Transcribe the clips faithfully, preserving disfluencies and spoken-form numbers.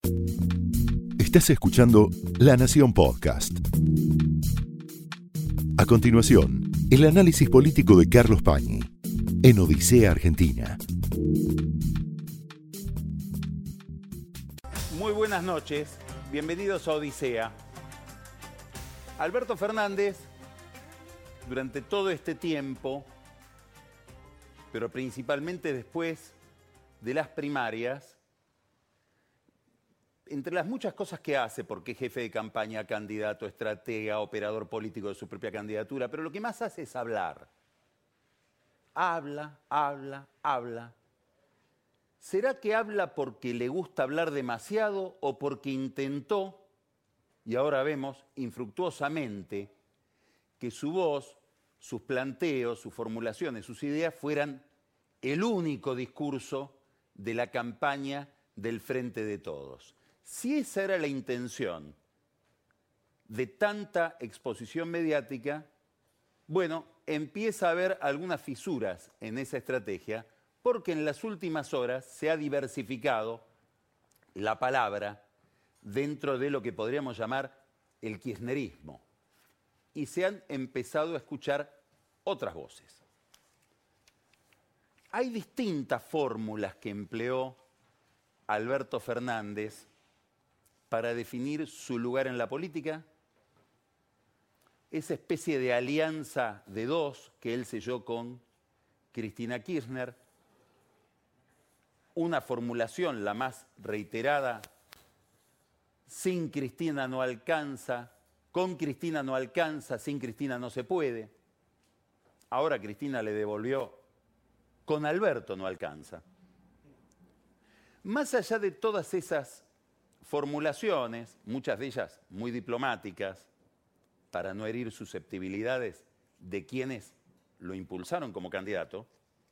Estás escuchando La Nación Podcast. A continuación, el análisis político de Carlos Pañi en Odisea Argentina. Muy buenas noches, bienvenidos a Odisea. Alberto Fernández, durante todo este tiempo, pero principalmente después de las primarias, entre las muchas cosas que hace, porque es jefe de campaña, candidato, estratega, operador político de su propia candidatura, pero lo que más hace es hablar. Habla, habla, habla. ¿Será que habla porque le gusta hablar demasiado o porque intentó, y ahora vemos infructuosamente, que su voz, sus planteos, sus formulaciones, sus ideas fueran el único discurso de la campaña del Frente de Todos? Si esa era la intención de tanta exposición mediática, bueno, empieza a haber algunas fisuras en esa estrategia, porque en las últimas horas se ha diversificado la palabra dentro de lo que podríamos llamar el kirchnerismo, y se han empezado a escuchar otras voces. Hay distintas fórmulas que empleó Alberto Fernández para definir su lugar en la política, esa especie de alianza de dos que él selló con Cristina Kirchner, una formulación, la más reiterada: sin Cristina no alcanza, con Cristina no alcanza, sin Cristina no se puede. Ahora Cristina le devolvió: con Alberto no alcanza. Más allá de todas esas formulaciones, muchas de ellas muy diplomáticas, para no herir susceptibilidades de quienes lo impulsaron como candidato,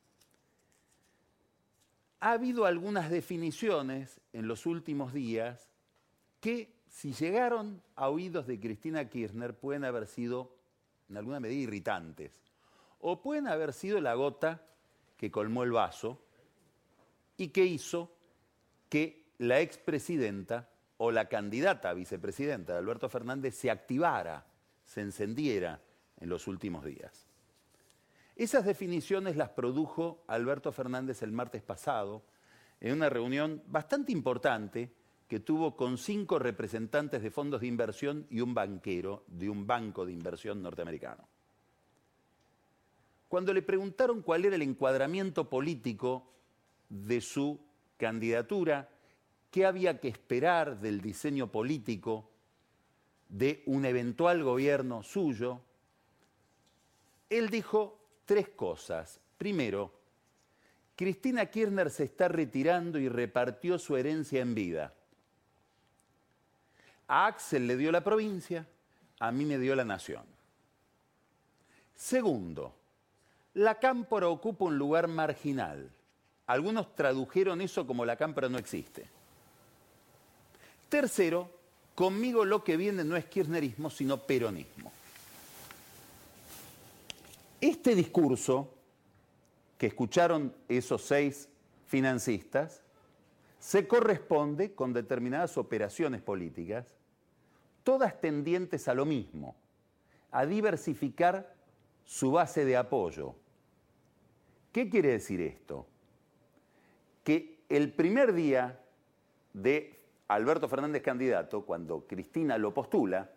ha habido algunas definiciones en los últimos días que, si llegaron a oídos de Cristina Kirchner, pueden haber sido en alguna medida irritantes, o pueden haber sido la gota que colmó el vaso y que hizo que la expresidenta o la candidata a vicepresidenta de Alberto Fernández se activara, se encendiera en los últimos días. Esas definiciones las produjo Alberto Fernández el martes pasado en una reunión bastante importante que tuvo con cinco representantes de fondos de inversión y un banquero de un banco de inversión norteamericano. Cuando le preguntaron cuál era el encuadramiento político de su candidatura, qué había que esperar del diseño político de un eventual gobierno suyo, él dijo tres cosas. Primero, Cristina Kirchner se está retirando y repartió su herencia en vida. A Axel le dio la provincia, a mí me dio la nación. Segundo, la Cámpora ocupa un lugar marginal. Algunos tradujeron eso como la Cámpora no existe. Tercero, conmigo lo que viene no es kirchnerismo, sino peronismo. Este discurso que escucharon esos seis financistas se corresponde con determinadas operaciones políticas, todas tendientes a lo mismo, a diversificar su base de apoyo. ¿Qué quiere decir esto? Que el primer día de Alberto Fernández candidato, cuando Cristina lo postula,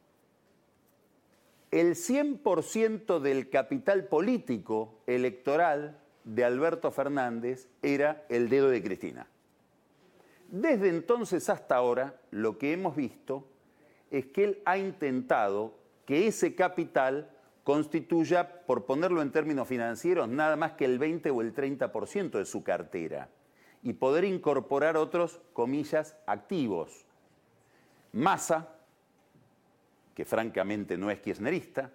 el cien por ciento del capital político electoral de Alberto Fernández era el dedo de Cristina. Desde entonces hasta ahora, lo que hemos visto es que él ha intentado que ese capital constituya, por ponerlo en términos financieros, nada más que el veinte o el treinta por ciento de su cartera y poder incorporar otros, comillas, activos. Massa, que francamente no es kirchnerista,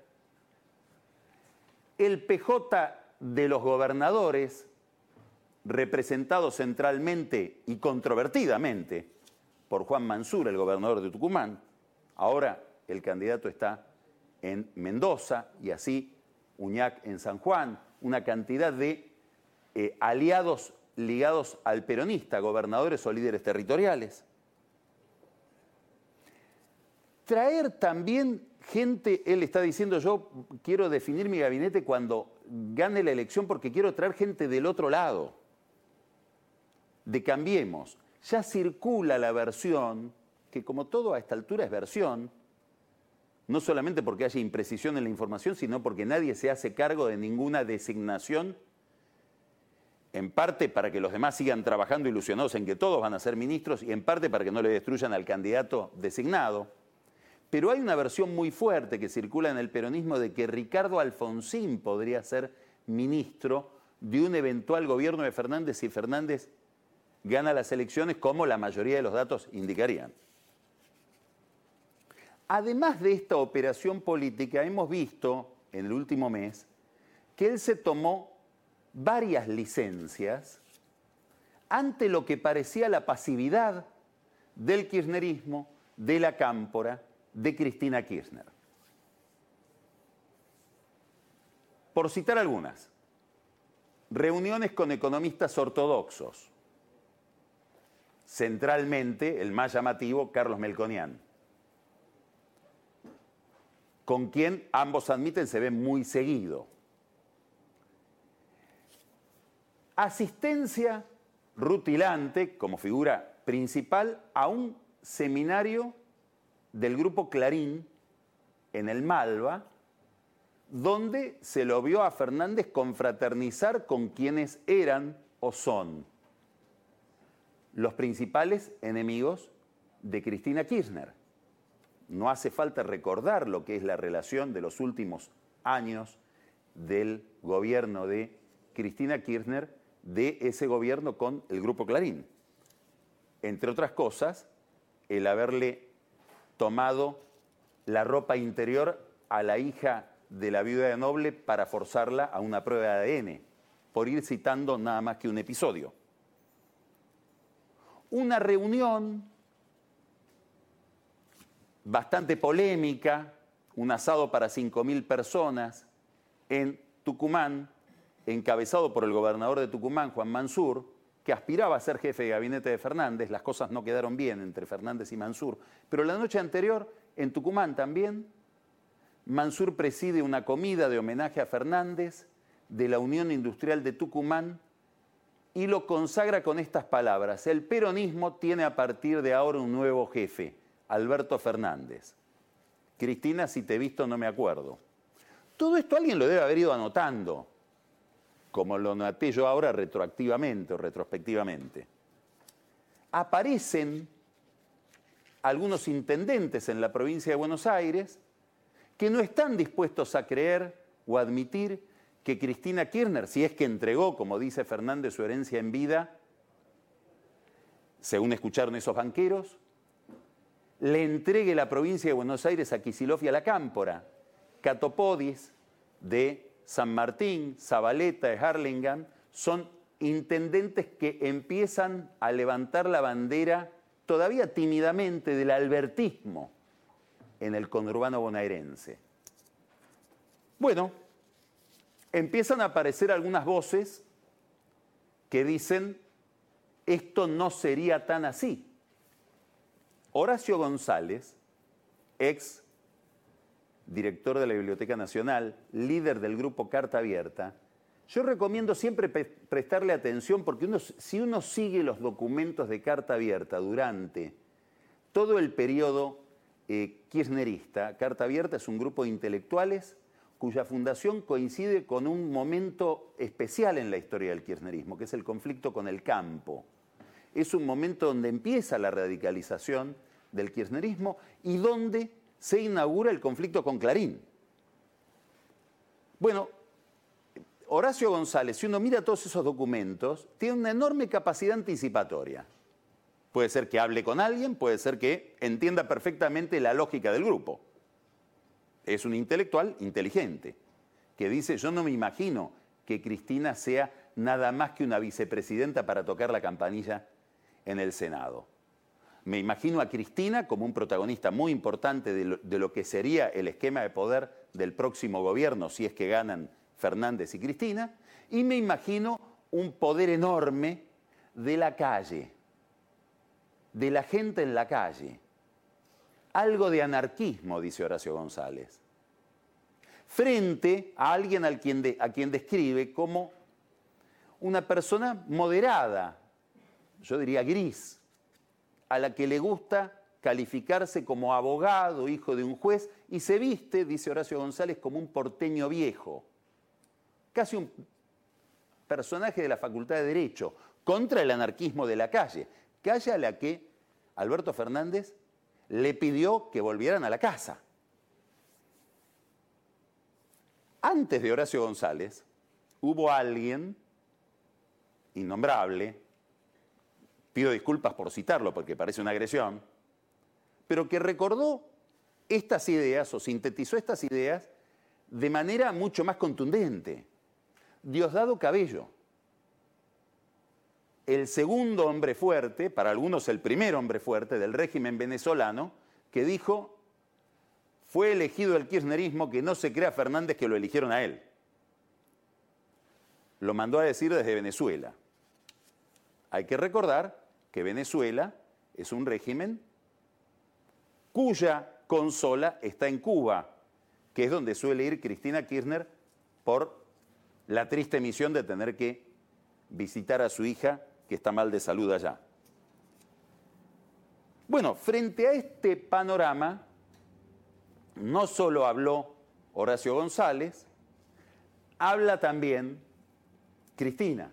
el P J de los gobernadores, representado centralmente y controvertidamente por Juan Mansur, el gobernador de Tucumán. Ahora el candidato está en Mendoza y así Uñac en San Juan, una cantidad de eh, aliados ligados al peronista, gobernadores o líderes territoriales. traer también gente, él está diciendo, yo quiero definir mi gabinete cuando gane la elección porque quiero traer gente del otro lado, de Cambiemos. Ya circula la versión, que como todo a esta altura es versión, no solamente porque haya imprecisión en la información, sino porque nadie se hace cargo de ninguna designación, en parte para que los demás sigan trabajando ilusionados en que todos van a ser ministros y en parte para que no le destruyan al candidato designado. Pero hay una versión muy fuerte que circula en el peronismo de que Ricardo Alfonsín podría ser ministro de un eventual gobierno de Fernández si Fernández gana las elecciones, como la mayoría de los datos indicarían. Además de esta operación política, hemos visto en el último mes que él se tomó varias licencias ante lo que parecía la pasividad del kirchnerismo, de la Cámpora, de Cristina Kirchner. Por citar algunas, reuniones con economistas ortodoxos, centralmente el más llamativo, Carlos Melconian, con quien ambos admiten se ven muy seguido. Asistencia rutilante como figura principal a un seminario del grupo Clarín en el Malva, donde se lo vio a Fernández confraternizar con quienes eran o son los principales enemigos de Cristina Kirchner. No hace falta recordar lo que es la relación de los últimos años del gobierno de Cristina Kirchner, de ese gobierno con el Grupo Clarín. Entre otras cosas, el haberle tomado la ropa interior a la hija de la viuda de Noble para forzarla a una prueba de A D N, por ir citando nada más que un episodio. Una reunión bastante polémica, un asado para cinco mil personas en Tucumán, encabezado por el gobernador de Tucumán, Juan Mansur, que aspiraba a ser jefe de gabinete de Fernández. Las cosas no quedaron bien entre Fernández y Mansur. Pero la noche anterior, en Tucumán también, Mansur preside una comida de homenaje a Fernández de la Unión Industrial de Tucumán y lo consagra con estas palabras: el peronismo tiene a partir de ahora un nuevo jefe, Alberto Fernández. Cristina, si te he visto no me acuerdo. Todo esto alguien lo debe haber ido anotando, como lo noté yo ahora retroactivamente o retrospectivamente. Aparecen algunos intendentes en la provincia de Buenos Aires que no están dispuestos a creer o admitir que Cristina Kirchner, si es que entregó, como dice Fernández, su herencia en vida, según escucharon esos banqueros, le entregue la provincia de Buenos Aires a Kicillof y a la Cámpora. Catopodis de San Martín, Zabaleta de Harlingen, son intendentes que empiezan a levantar la bandera todavía tímidamente del albertismo en el conurbano bonaerense. Bueno, empiezan a aparecer algunas voces que dicen esto no sería tan así. Horacio González, ex director de la Biblioteca Nacional, líder del grupo Carta Abierta, yo recomiendo siempre pre prestarle atención porque uno, si uno sigue los documentos de Carta Abierta durante todo el periodo eh, kirchnerista, Carta Abierta es un grupo de intelectuales cuya fundación coincide con un momento especial en la historia del kirchnerismo, que es el conflicto con el campo. Es un momento donde empieza la radicalización del kirchnerismo y donde se inaugura el conflicto con Clarín. Bueno, Horacio González, si uno mira todos esos documentos, tiene una enorme capacidad anticipatoria. Puede ser que hable con alguien, puede ser que entienda perfectamente la lógica del grupo. Es un intelectual inteligente, que dice, yo no me imagino que Cristina sea nada más que una vicepresidenta para tocar la campanilla en el Senado. Me imagino a Cristina como un protagonista muy importante de lo, de lo que sería el esquema de poder del próximo gobierno, si es que ganan Fernández y Cristina, y me imagino un poder enorme de la calle, de la gente en la calle. algo de anarquismo, dice Horacio González, frente a alguien al quien de, a quien describe como una persona moderada, yo diría gris, a la que le gusta calificarse como abogado, hijo de un juez, y se viste, dice Horacio González, como un porteño viejo, casi un personaje de la Facultad de Derecho, contra el anarquismo de la calle, calle a la que Alberto Fernández le pidió que volvieran a la casa. Antes de Horacio González, hubo alguien innombrable, pido disculpas por citarlo porque parece una agresión, pero que recordó estas ideas o sintetizó estas ideas de manera mucho más contundente. Diosdado Cabello, el segundo hombre fuerte, para algunos el primer hombre fuerte del régimen venezolano, que dijo: fue elegido el kirchnerismo, que no se crea Fernández que lo eligieron a él. Lo mandó a decir desde Venezuela. Hay que recordar que Venezuela es un régimen cuya consola está en Cuba, que es donde suele ir Cristina Kirchner por la triste misión de tener que visitar a su hija que está mal de salud allá. Bueno, frente a este panorama, no solo habló Horacio González, habla también Cristina.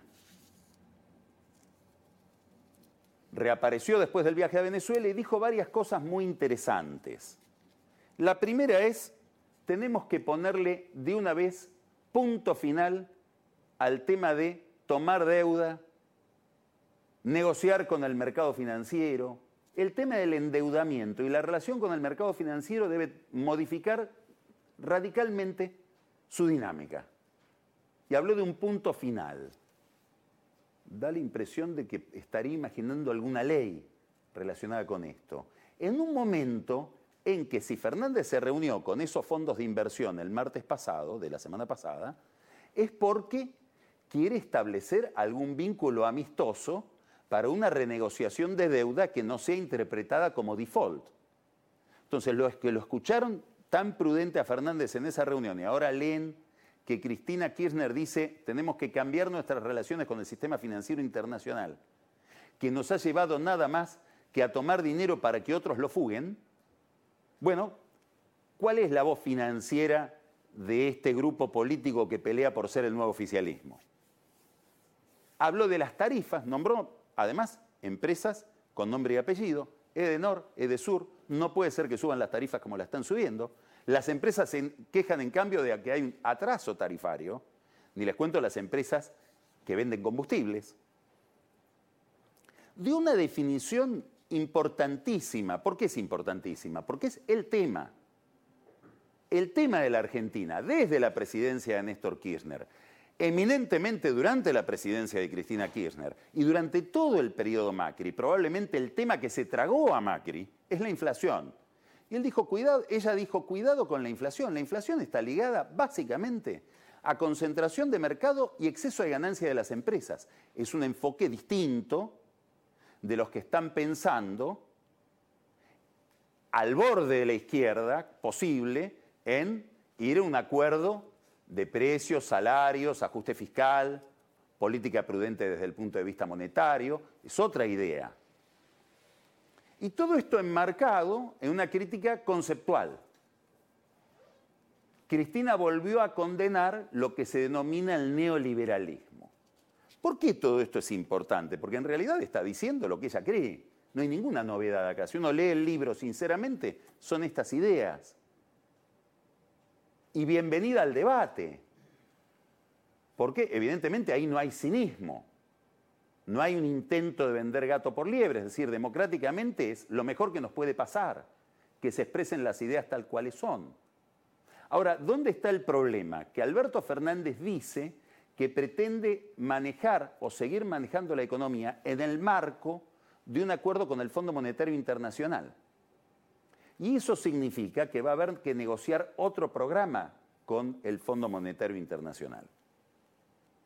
Reapareció después del viaje a Venezuela y dijo varias cosas muy interesantes. La primera es: tenemos que ponerle de una vez punto final al tema de tomar deuda, negociar con el mercado financiero. El tema del endeudamiento y la relación con el mercado financiero debe modificar radicalmente su dinámica. Y habló de un punto final. Da la impresión de que estaría imaginando alguna ley relacionada con esto. En un momento en que, si Fernández se reunió con esos fondos de inversión el martes pasado, de la semana pasada, es porque quiere establecer algún vínculo amistoso para una renegociación de deuda que no sea interpretada como default. Entonces, los que lo escucharon tan prudente a Fernández en esa reunión y ahora leen que Cristina Kirchner dice: tenemos que cambiar nuestras relaciones con el sistema financiero internacional, que nos ha llevado nada más que a tomar dinero para que otros lo fuguen. Bueno, ¿cuál es la voz financiera de este grupo político que pelea por ser el nuevo oficialismo? Habló de las tarifas, nombró además empresas con nombre y apellido: Edenor, Edesur. No puede ser que suban las tarifas como la están subiendo. Las empresas se quejan, en cambio, de que hay un atraso tarifario. Ni les cuento las empresas que venden combustibles. Dio una definición importantísima. ¿Por qué es importantísima? Porque es el tema. El tema de la Argentina, desde la presidencia de Néstor Kirchner, eminentemente durante la presidencia de Cristina Kirchner y durante todo el periodo Macri, probablemente el tema que se tragó a Macri es la inflación. Y él dijo, cuidado, ella dijo, cuidado con la inflación. La inflación está ligada básicamente a concentración de mercado y exceso de ganancia de las empresas. Es un enfoque distinto de los que están pensando al borde de la izquierda posible en ir a un acuerdo de precios, salarios, ajuste fiscal, política prudente desde el punto de vista monetario. Es otra idea. Y todo esto enmarcado en una crítica conceptual. Cristina volvió a condenar lo que se denomina el neoliberalismo. ¿Por qué todo esto es importante? Porque en realidad está diciendo lo que ella cree. No hay ninguna novedad acá. Si uno lee el libro, sinceramente, son estas ideas. Y bienvenida al debate. Porque evidentemente ahí no hay cinismo. No hay un intento de vender gato por liebre, es decir, democráticamente es lo mejor que nos puede pasar, que se expresen las ideas tal cuales son. Ahora, ¿dónde está el problema? Que Alberto Fernández dice que pretende manejar o seguir manejando la economía en el marco de un acuerdo con el Fondo Monetario Internacional. Y eso significa que va a haber que negociar otro programa con el Fondo Monetario Internacional.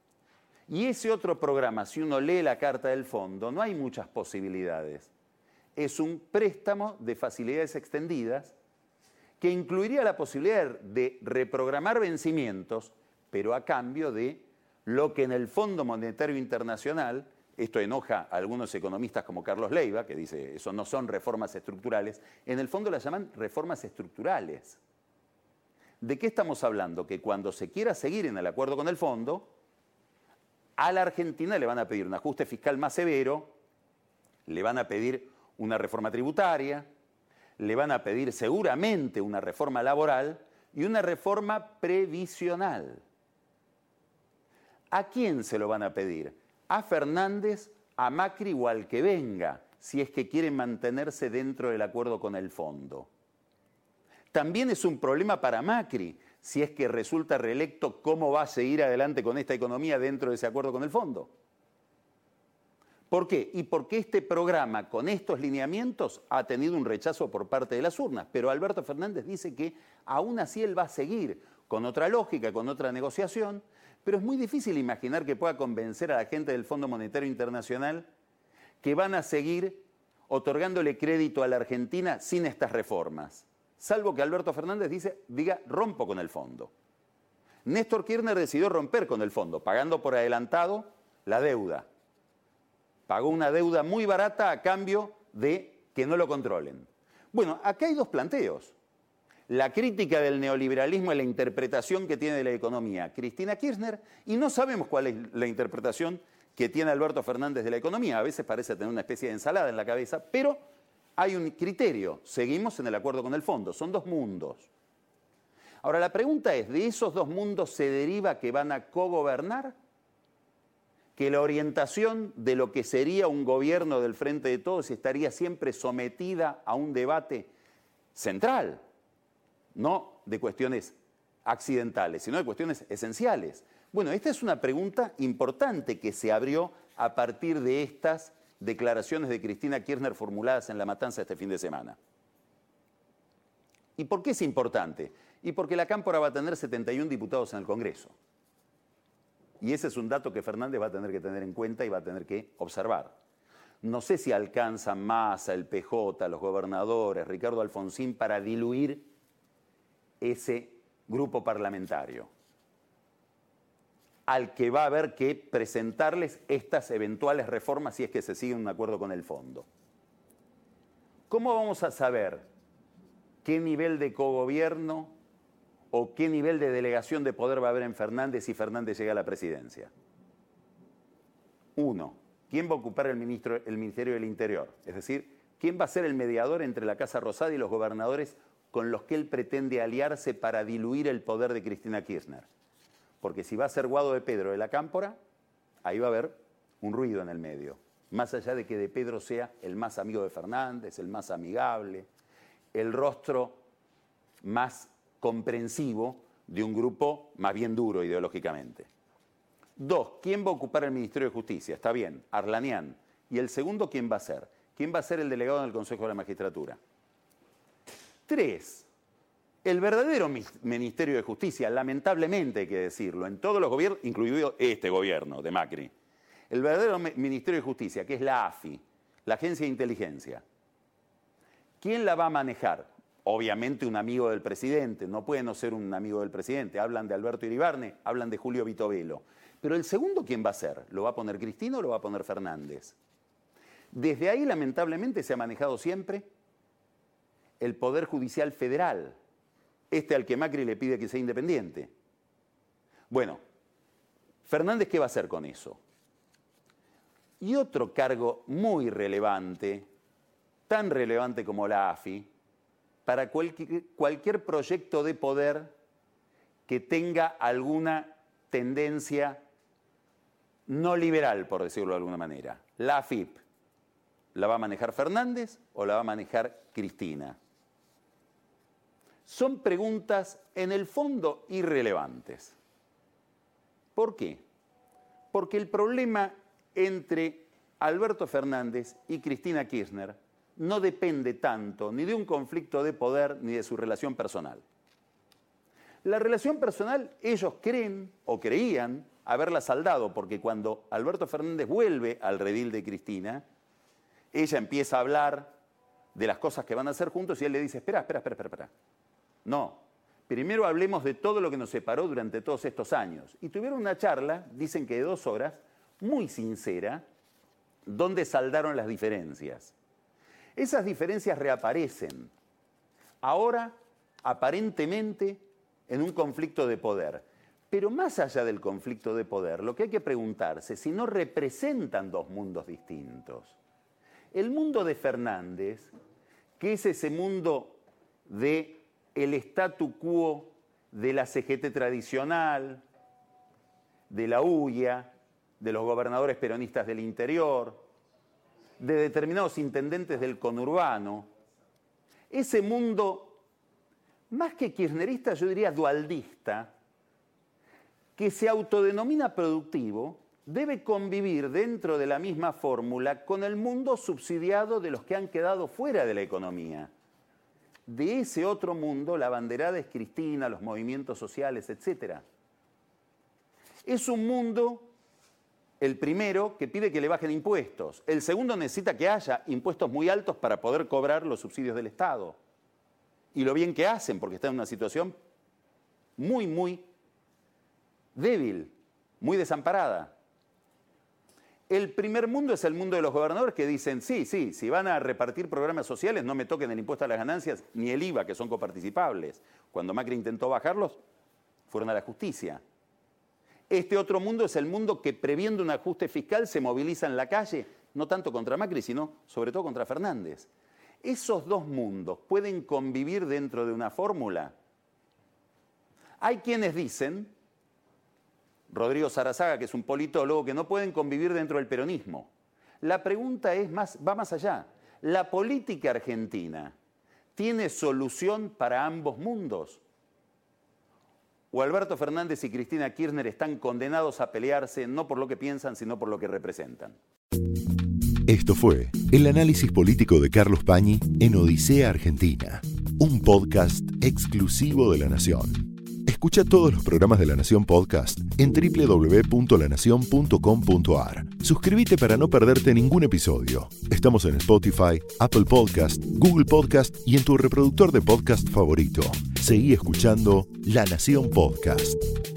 Y ese otro programa, si uno lee la carta del fondo, no hay muchas posibilidades. es un préstamo de facilidades extendidas que incluiría la posibilidad de reprogramar vencimientos, pero a cambio de lo que en el Fondo Monetario Internacional, esto enoja a algunos economistas como Carlos Leiva, que dice eso no son reformas estructurales, en el fondo las llaman reformas estructurales. ¿De qué estamos hablando? Que cuando se quiera seguir en el acuerdo con el fondo, a la Argentina le van a pedir un ajuste fiscal más severo, le van a pedir una reforma tributaria, le van a pedir seguramente una reforma laboral y una reforma previsional. ¿A quién se lo van a pedir? A Fernández, a Macri o al que venga, si es que quieren mantenerse dentro del acuerdo con el fondo. También es un problema para Macri, si es que resulta reelecto, cómo va a seguir adelante con esta economía dentro de ese acuerdo con el fondo. ¿Por qué? Y porque este programa con estos lineamientos ha tenido un rechazo por parte de las urnas, pero Alberto Fernández dice que aún así él va a seguir con otra lógica, con otra negociación, pero es muy difícil imaginar que pueda convencer a la gente del Fondo Monetario Internacional que van a seguir otorgándole crédito a la Argentina sin estas reformas, salvo que Alberto Fernández dice, diga, rompo con el fondo. Néstor Kirchner decidió romper con el fondo, pagando por adelantado la deuda. Pagó una deuda muy barata a cambio de que no lo controlen. Bueno, acá hay dos planteos. La crítica del neoliberalismo y la interpretación que tiene de la economía Cristina Kirchner, y no sabemos cuál es la interpretación que tiene Alberto Fernández de la economía. A veces parece tener una especie de ensalada en la cabeza, pero hay un criterio. Seguimos en el acuerdo con el fondo. Son dos mundos. Ahora, la pregunta es, ¿de esos dos mundos se deriva que van a cogobernar? Que la orientación de lo que sería un gobierno del Frente de Todos estaría siempre sometida a un debate central, no de cuestiones accidentales, sino de cuestiones esenciales. Bueno, esta es una pregunta importante que se abrió a partir de estas declaraciones de Cristina Kirchner formuladas en La Matanza este fin de semana. ¿Y por qué es importante? Y porque la Cámpora va a tener setenta y un diputados en el Congreso. Y ese es un dato que Fernández va a tener que tener en cuenta y va a tener que observar. No sé si alcanzan Massa, el P J, los gobernadores, Ricardo Alfonsín, para diluir ese grupo parlamentario al que va a haber que presentarles estas eventuales reformas si es que se sigue un acuerdo con el fondo. ¿Cómo vamos a saber qué nivel de cogobierno o qué nivel de delegación de poder va a haber en Fernández si Fernández llega a la presidencia? Uno, ¿quién va a ocupar el, ministro, el Ministerio del Interior? Es decir, ¿quién va a ser el mediador entre la Casa Rosada y los gobernadores con los que él pretende aliarse para diluir el poder de Cristina Kirchner? Porque si va a ser Guado de Pedro de la Cámpora, ahí va a haber un ruido en el medio. Más allá de que de Pedro sea el más amigo de Fernández, el más amigable, el rostro más comprensivo de un grupo más bien duro ideológicamente. Dos, ¿quién va a ocupar el Ministerio de Justicia? Está bien, Arlanián. Y el segundo, ¿quién va a ser? ¿Quién va a ser el delegado en el Consejo de la Magistratura? Tres, el verdadero Ministerio de Justicia, lamentablemente hay que decirlo, en todos los gobiernos, incluido este gobierno de Macri, el verdadero Ministerio de Justicia, que es la A F I, la Agencia de Inteligencia, ¿quién la va a manejar? Obviamente un amigo del presidente, no puede no ser un amigo del presidente. Hablan de Alberto Iribarne, hablan de Julio Vitovelo. Pero el segundo, ¿quién va a ser? ¿Lo va a poner Cristina o lo va a poner Fernández? Desde ahí, lamentablemente, se ha manejado siempre el Poder Judicial Federal, este al que Macri le pide que sea independiente. Bueno, Fernández, ¿qué va a hacer con eso? Y otro cargo muy relevante, tan relevante como la A F I, para cualquier, cualquier proyecto de poder que tenga alguna tendencia no liberal, por decirlo de alguna manera. La A F I P, ¿la va a manejar Fernández o la va a manejar Cristina? Son preguntas en el fondo irrelevantes. ¿Por qué? Porque el problema entre Alberto Fernández y Cristina Kirchner no depende tanto ni de un conflicto de poder ni de su relación personal. La relación personal ellos creen o creían haberla saldado, porque cuando Alberto Fernández vuelve al redil de Cristina, ella empieza a hablar de las cosas que van a hacer juntos y él le dice, espera, espera, espera, espera, espera. No, primero hablemos de todo lo que nos separó durante todos estos años. Y tuvieron una charla, dicen que de dos horas, muy sincera, donde saldaron las diferencias. Esas diferencias reaparecen, ahora aparentemente en un conflicto de poder. Pero más allá del conflicto de poder, lo que hay que preguntarse es si no representan dos mundos distintos. El mundo de Fernández, que es ese mundo del statu quo de la C G T tradicional, de la U I A, de los gobernadores peronistas del interior, de determinados intendentes del conurbano, ese mundo, más que kirchnerista, yo diría dualdista, que se autodenomina productivo, debe convivir dentro de la misma fórmula con el mundo subsidiado de los que han quedado fuera de la economía. De ese otro mundo, la banderada es Cristina, los movimientos sociales, etcétera. Es un mundo, el primero, que pide que le bajen impuestos. El segundo necesita que haya impuestos muy altos para poder cobrar los subsidios del Estado. Y lo bien que hacen, porque está en una situación muy, muy débil, muy desamparada. El primer mundo es el mundo de los gobernadores que dicen, sí, sí, si van a repartir programas sociales, no me toquen el impuesto a las ganancias ni el I V A, que son coparticipables. Cuando Macri intentó bajarlos, fueron a la justicia. Este otro mundo es el mundo que, previendo un ajuste fiscal, se moviliza en la calle, no tanto contra Macri, sino sobre todo contra Fernández. ¿Esos dos mundos pueden convivir dentro de una fórmula? Hay quienes dicen, Rodrigo Sarazaga, que es un politólogo, que no pueden convivir dentro del peronismo. La pregunta es más, va más allá. ¿La política argentina tiene solución para ambos mundos? ¿O Alberto Fernández y Cristina Kirchner están condenados a pelearse no por lo que piensan, sino por lo que representan? Esto fue el análisis político de Carlos Pañi en Odisea Argentina, un podcast exclusivo de La Nación. Escucha todos los programas de La Nación Podcast en doble u doble u doble u punto la nación punto com punto a r. Suscríbete para no perderte ningún episodio. Estamos en Spotify, Apple Podcast, Google Podcast y en tu reproductor de podcast favorito. Seguí escuchando La Nación Podcast.